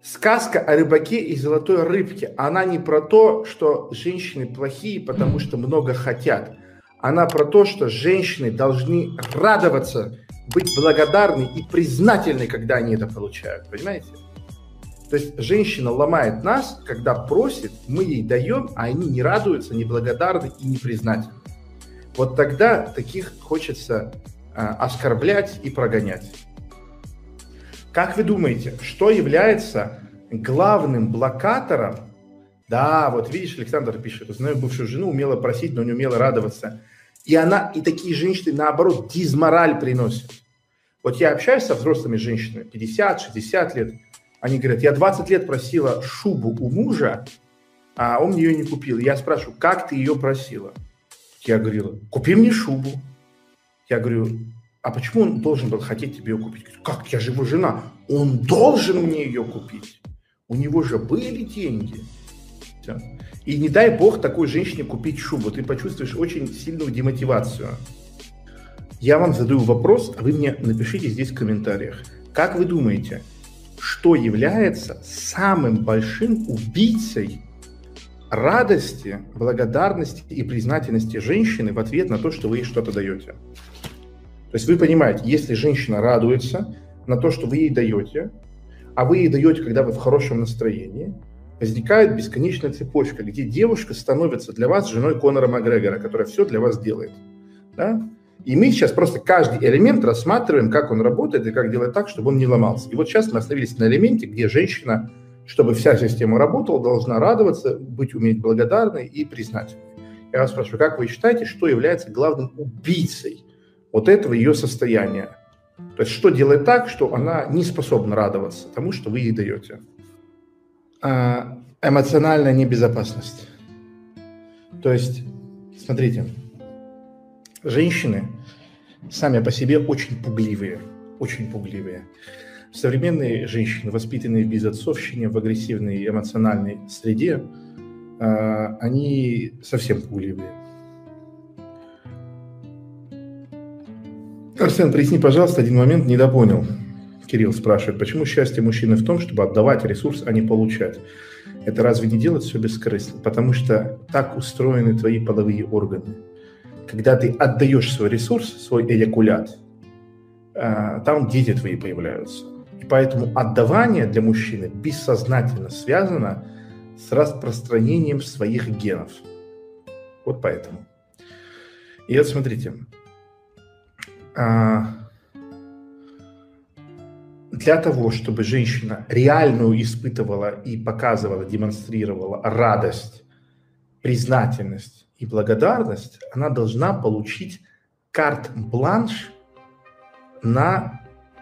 Сказка о рыбаке и золотой рыбке, она не про то, что женщины плохие, потому что много хотят. Она про то, что женщины должны радоваться, быть благодарны и признательны, когда они это получают. Понимаете? То есть женщина ломает нас, когда просит, мы ей даем, а они не радуются, не благодарны и не признательны. Вот тогда таких хочется оскорблять и прогонять. Как вы думаете, что является главным блокатором? Да, вот видишь, Александр пишет, знаю бывшую жену, умела просить, но не умела радоваться. И такие женщины, наоборот, дизмораль приносят. Вот я общаюсь со взрослыми женщинами, 50-60 лет, они говорят, я 20 лет просила шубу у мужа, а он мне ее не купил. Я спрашиваю, как ты ее просила? Я говорила, купи мне шубу. Я говорю, а почему он должен был хотеть тебе ее купить? Как, я же его жена. Он должен мне ее купить. У него же были деньги. И не дай бог такой женщине купить шубу. Ты почувствуешь очень сильную демотивацию. Я вам задаю вопрос, а вы мне напишите здесь в комментариях. Как вы думаете, что является самым большим убийцей радости, благодарности и признательности женщины в ответ на то, что вы ей что-то даете? То есть вы понимаете, если женщина радуется на то, что вы ей даете, а вы ей даете, когда вы в хорошем настроении, возникает бесконечная цепочка, где девушка становится для вас женой Конора Макгрегора, которая все для вас делает. Да? И мы сейчас просто каждый элемент рассматриваем, как он работает и как делать так, чтобы он не ломался. И вот сейчас мы остановились на элементе, где женщина, чтобы вся система работала, должна радоваться, уметь благодарной и признательной. Я вас спрашиваю, как вы считаете, что является главным убийцей вот этого ее состояния? То есть что делает так, что она не способна радоваться тому, что вы ей даете? Эмоциональная небезопасность. То есть, смотрите, женщины сами по себе очень пугливые, очень пугливые. Современные женщины, воспитанные в безотцовщине, в агрессивной эмоциональной среде, они совсем пугливые. Арсен, проясни, пожалуйста, один момент, недопонял. Кирилл спрашивает, почему счастье мужчины в том, чтобы отдавать ресурс, а не получать? Это разве не делать все бескорыстно? Потому что так устроены твои половые органы. Когда ты отдаешь свой ресурс, свой эякулят, там дети твои появляются. И поэтому отдавание для мужчины бессознательно связано с распространением своих генов. Вот поэтому. И вот смотрите. Для того, чтобы женщина реальную испытывала и показывала, демонстрировала радость, признательность и благодарность, она должна получить карт-бланш на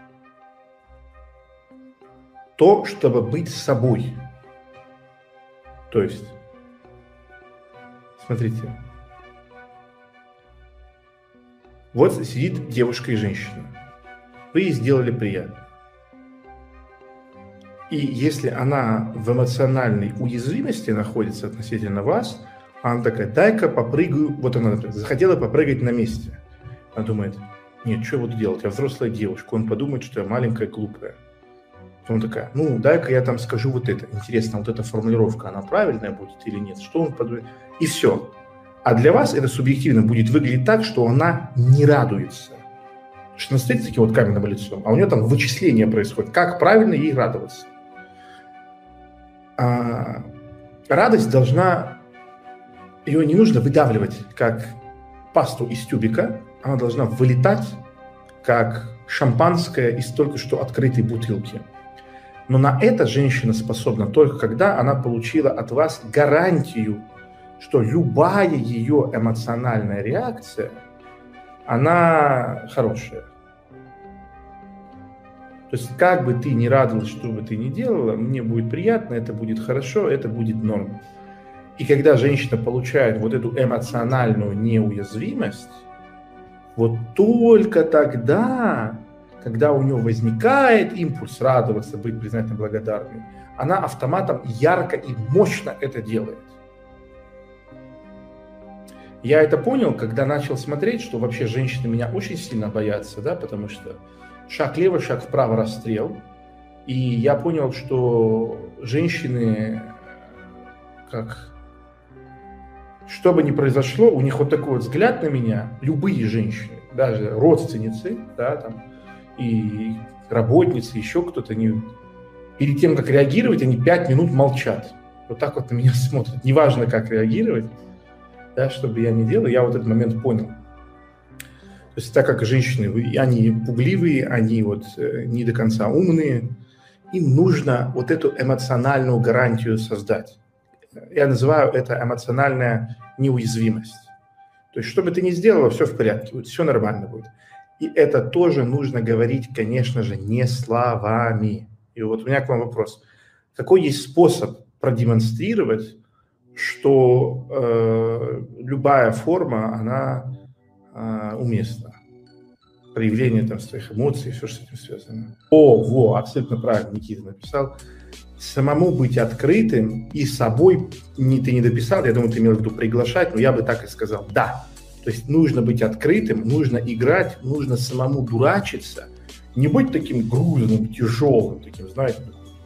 то, чтобы быть собой. То есть, смотрите, вот сидит девушка и женщина. Вы ей сделали приятно. И если она в эмоциональной уязвимости находится относительно вас, она такая, дай-ка попрыгаю. Вот она, например, захотела попрыгать на месте. Она думает, нет, что я буду делать? Я взрослая девушка. Он подумает, что я маленькая, глупая. Потом такая, ну, дай-ка я там скажу вот это. Интересно, вот эта формулировка, она правильная будет или нет? Что он подумает? И все. А для вас это субъективно будет выглядеть так, что она не радуется. Потому что она стоит с таким вот каменным лицом, а у нее там вычисление происходит. Как правильно ей радоваться? Радость должна, ее не нужно выдавливать, как пасту из тюбика, она должна вылетать, как шампанское из только что открытой бутылки. Но на это женщина способна только когда она получила от вас гарантию, что любая ее эмоциональная реакция, она хорошая. То есть как бы ты ни радовалась, что бы ты ни делала, мне будет приятно, это будет хорошо, это будет норм. И когда женщина получает вот эту эмоциональную неуязвимость, вот только тогда, когда у нее возникает импульс радоваться, быть признательной, благодарной, она автоматом ярко и мощно это делает. Я это понял, когда начал смотреть, что вообще женщины меня очень сильно боятся, да, потому что шаг лево, шаг вправо, расстрел. И я понял, что женщины, что бы ни произошло, у них вот такой вот взгляд на меня, любые женщины, даже родственницы, да, там, и работницы, еще кто-то, перед тем, как реагировать, они 5 минут молчат. Вот так вот на меня смотрят. Неважно, как реагировать, да, что бы я ни делал, я вот этот момент понял. То есть так как женщины, они пугливые, они вот не до конца умные, им нужно вот эту эмоциональную гарантию создать. Я называю это эмоциональная неуязвимость. То есть, что бы ты ни сделала, все в порядке, вот все нормально будет. И это тоже нужно говорить, конечно же, не словами. И вот у меня к вам вопрос. Какой есть способ продемонстрировать, что любая форма, она уместна? Проявление там своих эмоций, все, что с этим связано. Абсолютно правильно Никита написал. Самому быть открытым и собой, ты не дописал, я думаю, ты имел в виду приглашать, но я бы так и сказал, да. То есть нужно быть открытым, нужно играть, нужно самому дурачиться, не быть таким грузным, тяжелым, таким, знаете,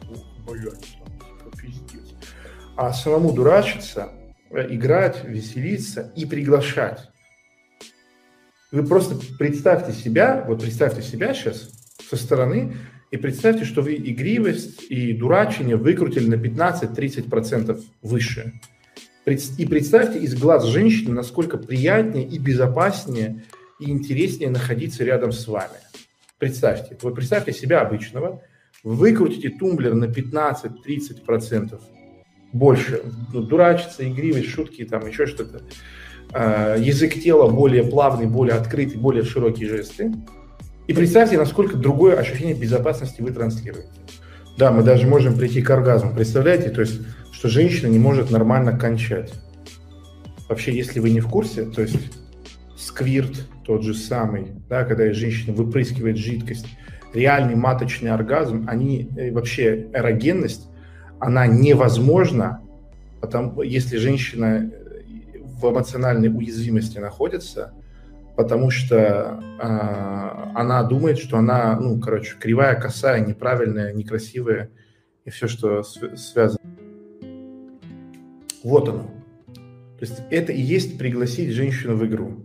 пиздец, а самому дурачиться, играть, веселиться и приглашать. Вы просто представьте себя сейчас со стороны, и представьте, что вы игривость и дурачение выкрутили на 15-30% выше. И представьте из глаз женщины, насколько приятнее и безопаснее и интереснее находиться рядом с вами. Представьте. Вы представьте себя обычного, выкрутите тумблер на 15-30% больше. Дурачиться, игривость, шутки, там еще что-то. Язык тела более плавный, более открытый, более широкие жесты. И представьте, насколько другое ощущение безопасности вы транслируете. Да, мы даже можем прийти к оргазму. Представляете, то есть, что женщина не может нормально кончать. Вообще, если вы не в курсе, то есть сквирт тот же самый, да, когда женщина выпрыскивает жидкость, реальный маточный оргазм, вообще эрогенность, она невозможна, если женщина в эмоциональной уязвимости находится, потому что она думает, что она, кривая, косая, неправильная, некрасивая и все, что связано. Вот оно. То есть это и есть пригласить женщину в игру.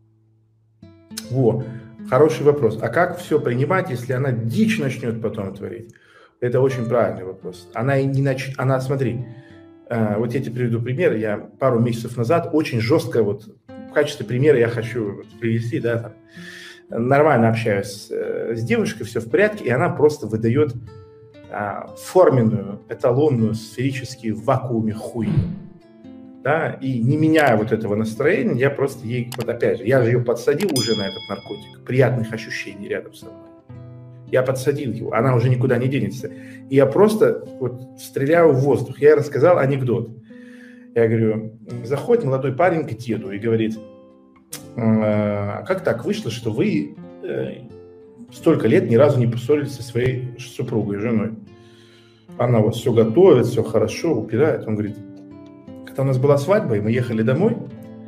Хороший вопрос. А как все принимать, если она дичь начнет потом творить? Это очень правильный вопрос. Смотри, вот я тебе приведу пример. Я пару месяцев назад очень жестко, в качестве примера я хочу привести, да, там, нормально общаюсь с девушкой, все в порядке, и она просто выдает форменную, эталонную, сферически в вакууме хуйню. Да, и не меняя вот этого настроения, я просто ей, опять же, я же ее подсадил уже на этот наркотик, приятных ощущений рядом со мной. Я подсадил его, она уже никуда не денется. И я просто стреляю в воздух. Я ей рассказал анекдот. Я говорю, заходит молодой парень к деду и говорит, как так вышло, что вы столько лет ни разу не поссорились со своей супругой, женой? Она все готовит, все хорошо, упирает. Он говорит, когда у нас была свадьба, и мы ехали домой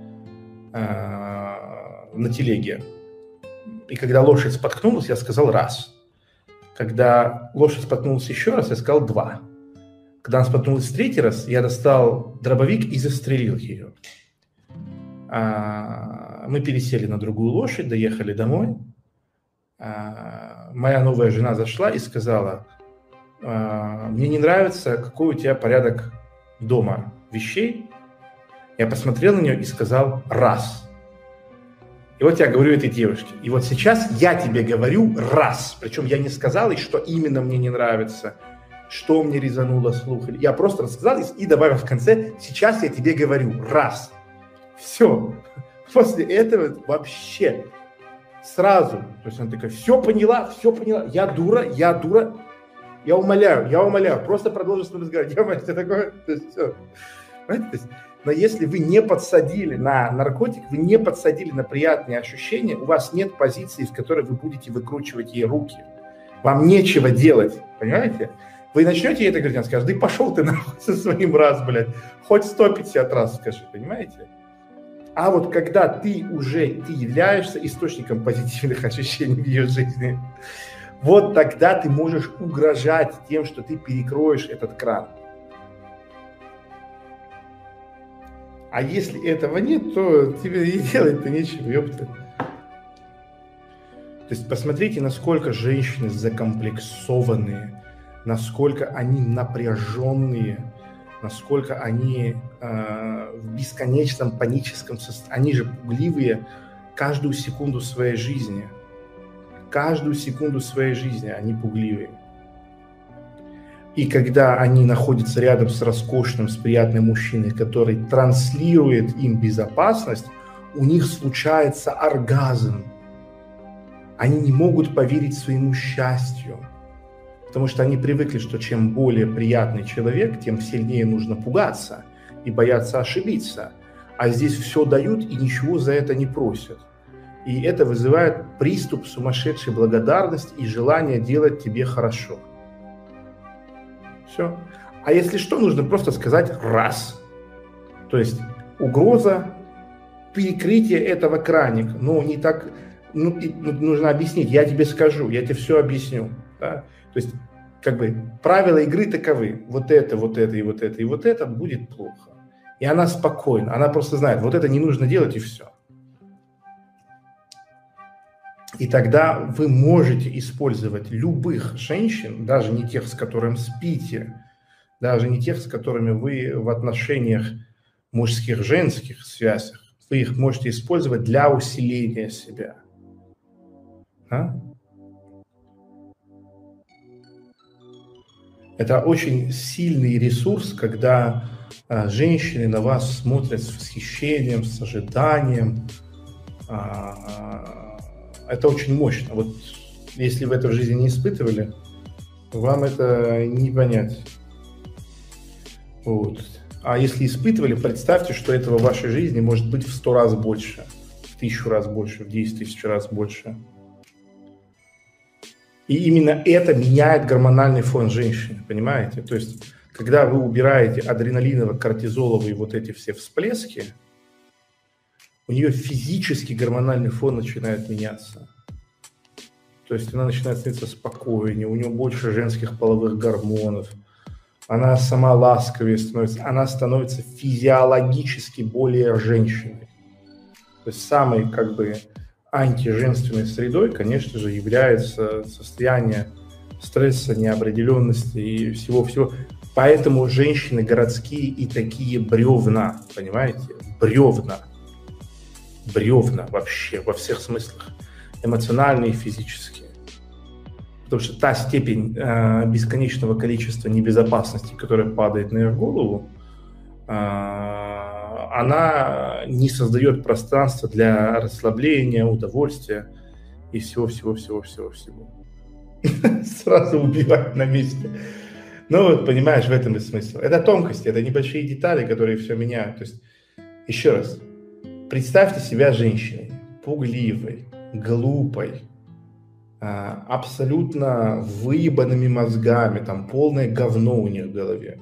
на телеге, и когда лошадь споткнулась, я сказал раз. Когда лошадь споткнулась еще раз, я сказал два. Когда она споткнулась в третий раз, я достал дробовик и застрелил ее. Мы пересели на другую лошадь, доехали домой. Моя новая жена зашла и сказала, мне не нравится, какой у тебя порядок дома вещей. Я посмотрел на нее и сказал раз. И вот я говорю этой девушке. И вот сейчас я тебе говорю раз. Причем я не сказал, что именно мне не нравится, что мне резануло слух. Я просто рассказал и добавил в конце, сейчас я тебе говорю раз. Все. После этого вообще сразу. То есть она такая, все поняла. Я дура. Я умоляю. Просто продолжи с тобой разговаривать. Я умоляю, такое. То есть все. Понимаете? Но если вы не подсадили на наркотик, вы не подсадили на приятные ощущения, у вас нет позиции, в которой вы будете выкручивать ей руки. Вам нечего делать, понимаете? Вы начнете ей это говорить, она скажет, да и пошел ты нахуй со своим раз, блядь, хоть 150 раз скажи, понимаете? А вот когда ты являешься источником позитивных ощущений в ее жизни, Вот тогда ты можешь угрожать тем, что ты перекроешь этот кран. А если этого нет, то тебе и делать-то нечего, ёпта. То есть посмотрите, насколько женщины закомплексованные, насколько они напряженные, насколько они в бесконечном паническом состоянии. Они же пугливые каждую секунду своей жизни. Каждую секунду своей жизни они пугливые. И когда они находятся рядом с роскошным, с приятным мужчиной, который транслирует им безопасность, у них случается оргазм. Они не могут поверить своему счастью, потому что они привыкли, что чем более приятный человек, тем сильнее нужно пугаться и бояться ошибиться. А здесь все дают и ничего за это не просят. И это вызывает приступ сумасшедшей благодарности и желание делать тебе хорошо. Все. А если что, нужно просто сказать «раз». То есть угроза перекрытия этого краника. Ну, не так... нужно объяснить. Я тебе скажу, я тебе все объясню. Да? То есть, как бы, правила игры таковы. Вот это, и вот это, и вот это будет плохо. И она спокойна. Она просто знает, вот это не нужно делать, и все. И тогда вы можете использовать любых женщин, даже не тех, с которыми спите, даже не тех, с которыми вы в отношениях мужских, женских связях. Вы их можете использовать для усиления себя. А? Это очень сильный ресурс, когда женщины на вас смотрят с восхищением, с ожиданием. Это очень мощно. Вот если вы это в жизни не испытывали, вам это не понять. Вот. А если испытывали, представьте, что этого в вашей жизни может быть в 100 раз больше, в 1000 раз больше, в 10 тысяч раз больше. И именно это меняет гормональный фон женщины, понимаете? То есть, когда вы убираете адреналиново-кортизоловые вот эти все всплески, у нее физически гормональный фон начинает меняться. То есть она начинает становиться спокойнее, у нее больше женских половых гормонов, она сама ласковее становится, она становится физиологически более женщиной. То есть самой как бы антиженственной средой, конечно же, является состояние стресса, неопределенности и всего-всего. Поэтому женщины городские и такие бревна, понимаете? Бревна вообще, во всех смыслах, эмоциональные и физические. Потому что та степень бесконечного количества небезопасности, которая падает на их голову, она не создает пространства для расслабления, удовольствия и всего-всего. Сразу убивать на месте. Ну, вот понимаешь, в этом и смысл. Это тонкости, это небольшие детали, которые все меняют. То есть, еще раз, представьте себя женщиной, пугливой, глупой, абсолютно выебанными мозгами, там полное говно у них в голове.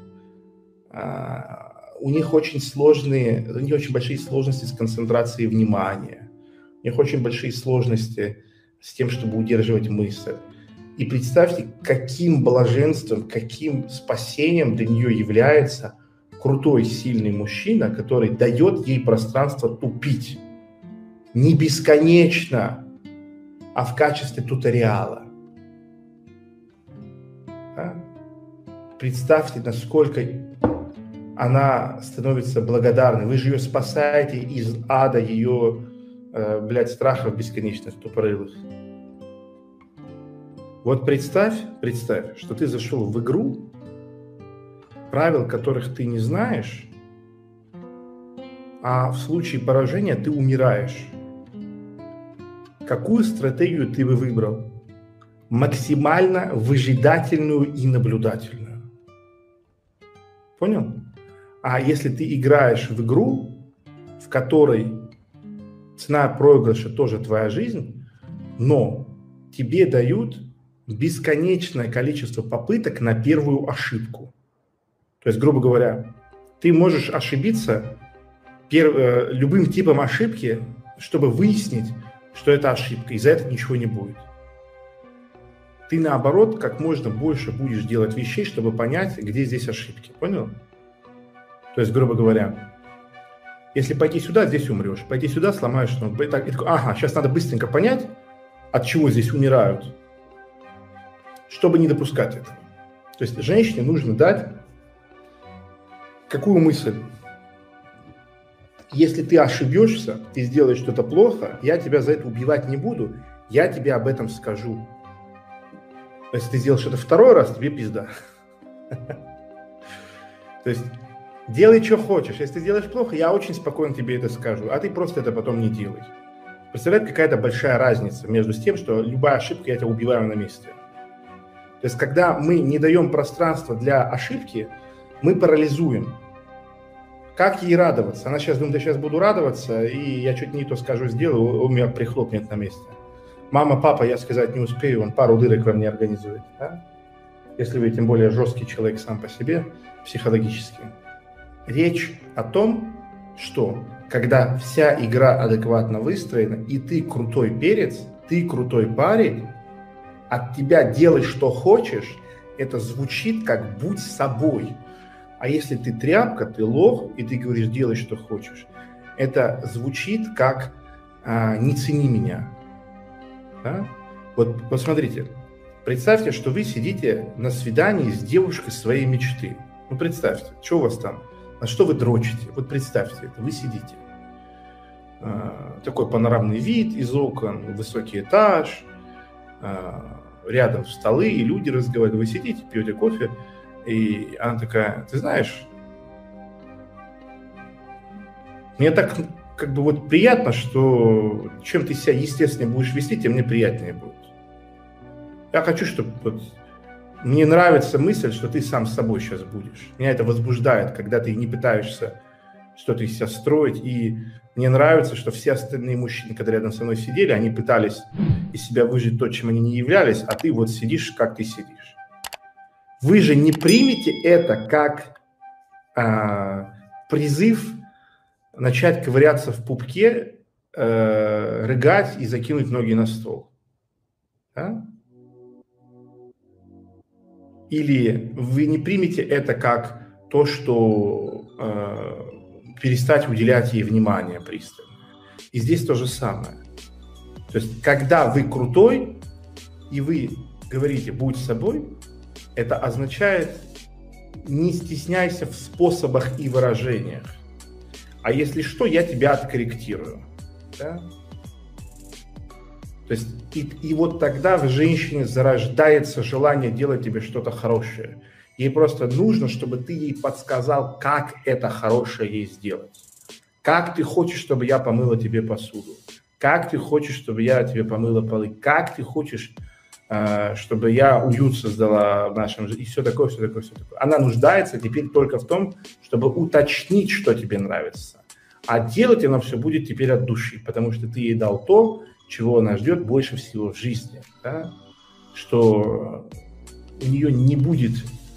У них очень большие сложности с концентрацией внимания. У них очень большие сложности с тем, чтобы удерживать мысль. И представьте, каким блаженством, каким спасением для нее является крутой, сильный мужчина, который дает ей пространство тупить. Не бесконечно, а в качестве туториала. Да? Представьте, насколько она становится благодарной. Вы же ее спасаете из ада ее, страхов бесконечных, тупорылых. Вот представь, что ты зашел в игру, правил которых ты не знаешь, а в случае поражения ты умираешь. Какую стратегию ты бы выбрал? Максимально выжидательную и наблюдательную. Понял? А если ты играешь в игру, в которой цена проигрыша тоже твоя жизнь, но тебе дают бесконечное количество попыток на первую ошибку. То есть, грубо говоря, ты можешь ошибиться любым типом ошибки, чтобы выяснить, что это ошибка, и за это ничего не будет. ты наоборот как можно больше будешь делать вещей, чтобы понять, где здесь ошибки. Понял? То есть, грубо говоря, если пойти сюда, здесь умрешь. Пойти сюда, сломаешь ногу. И такой, ага, сейчас надо быстренько понять, от чего здесь умирают, чтобы не допускать этого. То есть женщине нужно дать какую мысль? Если ты ошибешься и сделаешь что-то плохо, я тебя за это убивать не буду, я тебе об этом скажу. Если ты сделаешь это второй раз, тебе пизда. То есть делай, что хочешь. Если ты сделаешь плохо, я очень спокойно тебе это скажу, а ты просто это потом не делай. Представляете, какая-то большая разница между тем, что любая ошибка, я тебя убиваю на месте. То есть, когда мы не даем пространства для ошибки, мы парализуем. Как ей радоваться? Она сейчас думает, я сейчас буду радоваться, и я чуть не то скажу, сделаю, он меня прихлопнет на месте. Мама, папа, я сказать не успею, он пару дырок во мне организует. Да? Если вы, тем более, жесткий человек сам по себе, психологически. Речь о том, что когда вся игра адекватно выстроена, и ты крутой перец, ты крутой парень, от тебя делай, что хочешь, это звучит как «будь собой». А если ты тряпка, ты лох, и ты говоришь «делай, что хочешь», это звучит как «не цени меня». Да? Вот посмотрите, представьте, что вы сидите на свидании с девушкой своей мечты. Ну представьте, что у вас там, на что вы дрочите? Вот представьте это, вы сидите. Такой панорамный вид из окон, высокий этаж, рядом столы, и люди разговаривают. Вы сидите, пьете кофе, и она такая, ты знаешь, мне так как бы вот приятно, что чем ты себя естественно будешь вести, тем мне приятнее будет. Я хочу, чтобы вот, мне нравится мысль, что ты сам с собой сейчас будешь. Меня это возбуждает, когда ты не пытаешься что-то из себя строить, и мне нравится, что все остальные мужчины, когда рядом со мной сидели, они пытались из себя выжить то, чем они не являлись, а ты вот сидишь, как ты сидишь. Вы же не примете это как призыв начать ковыряться в пупке, рыгать и закинуть ноги на стол. Да? Или вы не примете это как то, что перестать уделять ей внимание пристально. И здесь то же самое. То есть, когда вы крутой, и вы говорите «будь собой», это означает «не стесняйся в способах и выражениях». А если что, я тебя откорректирую. Да? То есть, и вот тогда в женщине зарождается желание делать тебе что-то хорошее. Ей просто нужно, чтобы ты ей подсказал, как это хорошее ей сделать. Как ты хочешь, чтобы я помыла тебе посуду? Как ты хочешь, чтобы я тебе помыла полы? Как ты хочешь, чтобы я уют создала в нашем жизни? И все такое, все такое, все такое. Она нуждается теперь только в том, чтобы уточнить, что тебе нравится. А делать она все будет теперь от души, потому что ты ей дал то, чего она ждет больше всего в жизни. Да? Что у нее не будет,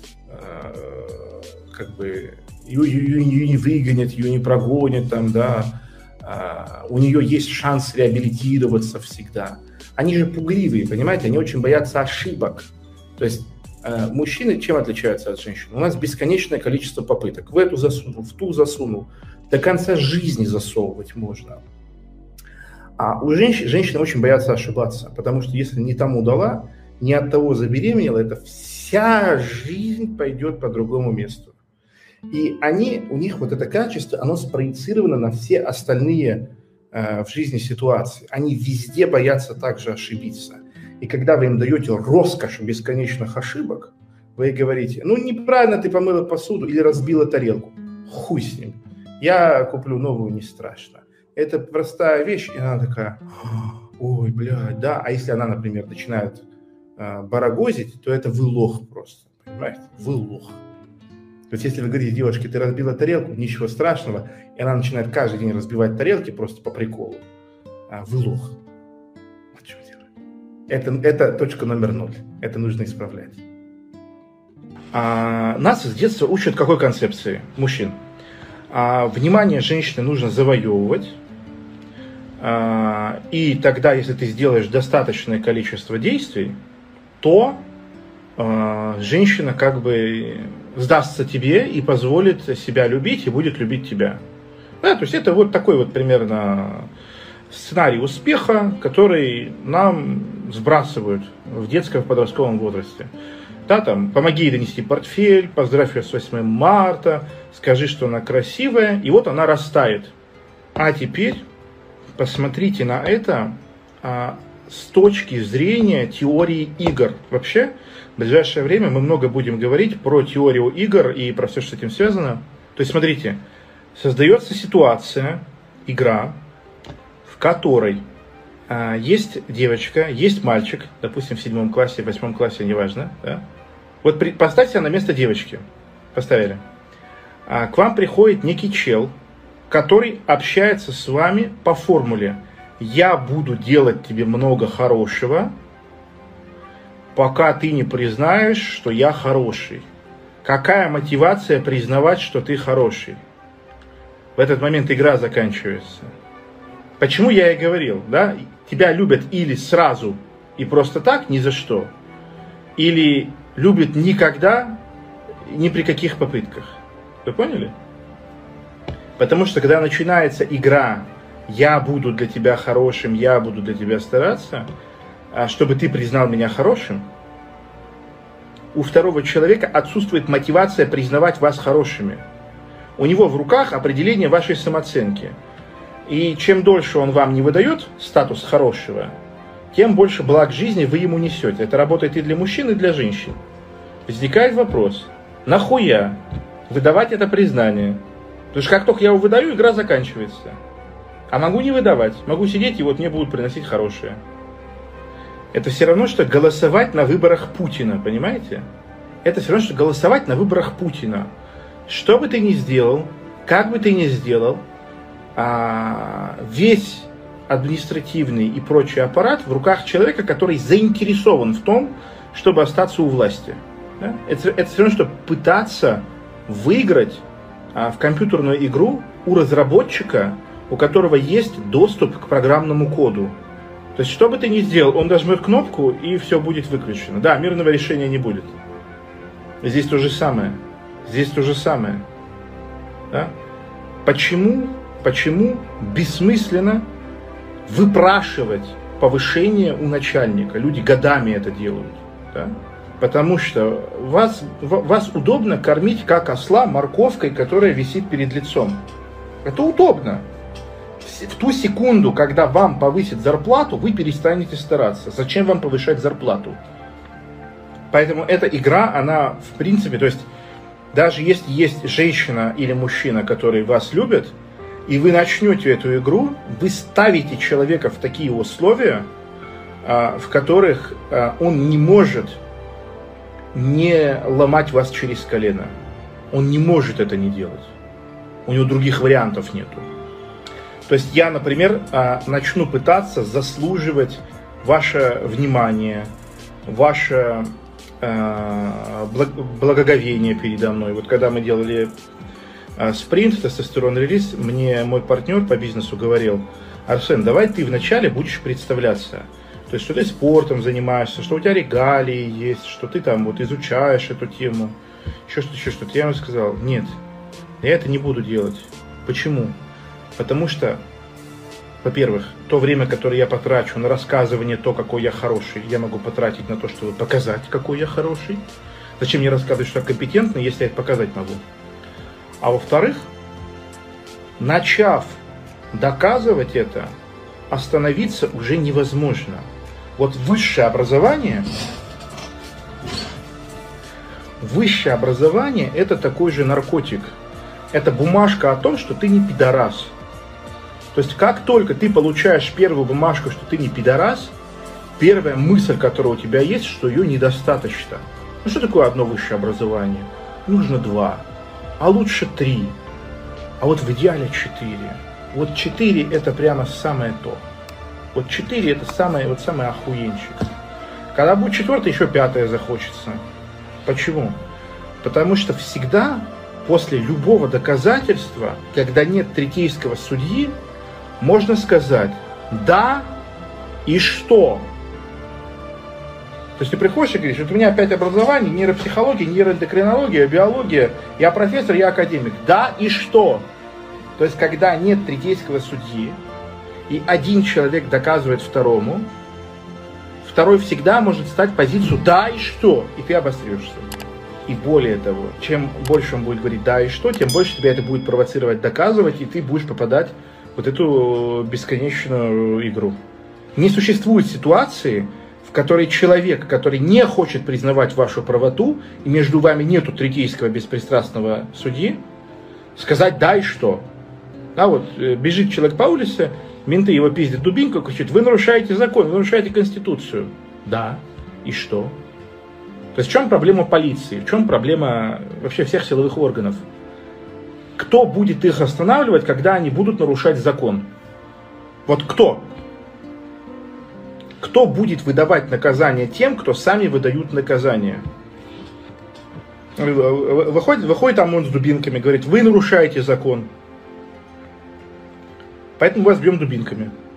как бы, ее не выгонят, ее не прогонят, там, да? У нее есть шанс реабилитироваться всегда. Они же пугливые, понимаете, они очень боятся ошибок. То есть мужчины чем отличаются от женщин? У нас бесконечное количество попыток. В эту засунул, в ту засунул. До конца жизни засовывать можно. А у женщины очень боятся ошибаться, потому что если не тому дала, не от того забеременела, это вся жизнь пойдет по другому месту. И у них вот это качество, оно спроецировано на все остальные в жизни ситуации. Они везде боятся также ошибиться. И когда вы им даете роскошь бесконечных ошибок, вы говорите, ну неправильно ты помыла посуду или разбила тарелку, хуй с ним. Я куплю новую, не страшно. Это простая вещь, и она такая, ой, блядь, да. А если она, например, начинает барагозить, то это вы лох просто, понимаете? Вы лох. То есть если вы говорите девушке, ты разбила тарелку, ничего страшного, и она начинает каждый день разбивать тарелки просто по приколу, вы лох. Вот что делать. Это точка номер 0. Это нужно исправлять. Нас с детства учат какой концепции? Мужчин. Внимание женщины нужно завоевывать, и тогда, если ты сделаешь достаточное количество действий, то женщина как бы сдастся тебе и позволит себя любить и будет любить тебя. Да, то есть это вот такой вот примерно сценарий успеха, который нам сбрасывают в детском, в подростковом возрасте. Да, там, помоги ей донести портфель, поздравь ее с 8 марта, скажи, что она красивая, и вот она растает. А теперь посмотрите на это с точки зрения теории игр. Вообще, в ближайшее время мы много будем говорить про теорию игр и про все, что с этим связано. То есть, смотрите, создается ситуация, игра, в которой есть девочка, есть мальчик, допустим, в 7 классе, в 8 классе, неважно. Да? Вот поставьте себя на место девочки. Поставили. К вам приходит некий чел, который общается с вами по формуле: я буду делать тебе много хорошего, пока ты не признаешь, что я хороший. Какая мотивация признавать, что ты хороший? В этот момент игра заканчивается. Почему я и говорил, да? Тебя любят или сразу и просто так, ни за что, или любят никогда, ни при каких попытках. Вы поняли? Потому что когда начинается игра «я буду для тебя хорошим, я буду для тебя стараться», чтобы ты признал меня хорошим, у второго человека отсутствует мотивация признавать вас хорошими. У него в руках определение вашей самооценки. И чем дольше он вам не выдает статус хорошего, тем больше благ жизни вы ему несете. Это работает и для мужчин, и для женщин. Возникает вопрос: нахуя выдавать это признание? Потому что как только я его выдаю, игра заканчивается. А могу не выдавать, могу сидеть, и вот мне будут приносить хорошее. Это все равно, что голосовать на выборах Путина, понимаете? Это все равно, что голосовать на выборах Путина. Что бы ты ни сделал, как бы ты ни сделал, весь административный и прочий аппарат в руках человека, который заинтересован в том, чтобы остаться у власти. Да? Это все равно, что пытаться выиграть в компьютерную игру у разработчика, у которого есть доступ к программному коду. То есть, что бы ты ни сделал, он нажмет кнопку, и все будет выключено. Да, мирного решения не будет. Здесь то же самое. Здесь то же самое. Да? Почему бессмысленно выпрашивать повышение у начальника? Люди годами это делают. Да? Потому что вас удобно кормить как осла морковкой, которая висит перед лицом. Это удобно. В ту секунду, когда вам повысят зарплату, вы перестанете стараться. Зачем вам повышать зарплату? Поэтому эта игра, она в принципе, то есть даже если есть женщина или мужчина, которые вас любят, и вы начнете эту игру, вы ставите человека в такие условия, в которых он не может не ломать вас через колено. Он не может это не делать. У него других вариантов нету. То есть я, например, начну пытаться заслуживать ваше внимание, ваше благоговение передо мной. Вот когда мы делали спринт, тестостерон-релиз, мне мой партнер по бизнесу говорил: Арсен, давай ты вначале будешь представляться. То есть, что ты спортом занимаешься, что у тебя регалии есть, что ты там вот изучаешь эту тему, еще что-то. Я ему сказал: нет, я это не буду делать. Почему? Потому что, во-первых, то время, которое я потрачу на рассказывание то, какой я хороший, я могу потратить на то, чтобы показать, какой я хороший. Зачем мне рассказывать, что я компетентный, если я это показать могу? А во-вторых, начав доказывать это, остановиться уже невозможно. Вот высшее образование это такой же наркотик. Это бумажка о том, что ты не пидорас. То есть, как только ты получаешь первую бумажку, что ты не пидорас, первая мысль, которая у тебя есть, что ее недостаточно. Ну что такое одно высшее образование? Нужно 2, а лучше 3, а вот в идеале 4. Вот 4 это прямо самое то. Вот 4 это самый охуенчик. Когда будет 4, еще 5 захочется. Почему? Потому что всегда после любого доказательства, когда нет третейского судьи, можно сказать: да, и что? То есть ты приходишь и говоришь, вот у меня 5 образований, нейропсихология, нейроэндокринология, биология, я профессор, я академик. Да, и что? То есть когда нет третейского судьи, и один человек доказывает второму, второй всегда может стать в позицию «да и что?» И ты обострешься. И более того, чем больше он будет говорить «да и что», тем больше тебя это будет провоцировать, доказывать, и ты будешь попадать в вот эту бесконечную игру. Не существует ситуации, в которой человек, который не хочет признавать вашу правоту, и между вами нету третейского беспристрастного судьи, сказать «да и что?». Да, вот бежит человек по улице, менты его пиздят дубинкой, кричат: вы нарушаете закон, вы нарушаете Конституцию. Да, и что? То есть в чем проблема полиции, в чем проблема вообще всех силовых органов? Кто будет их останавливать, когда они будут нарушать закон? Вот кто? Кто будет выдавать наказание тем, кто сами выдают наказание? Выходит ОМОН с дубинками, говорит: вы нарушаете закон. Поэтому вас бьем дубинками.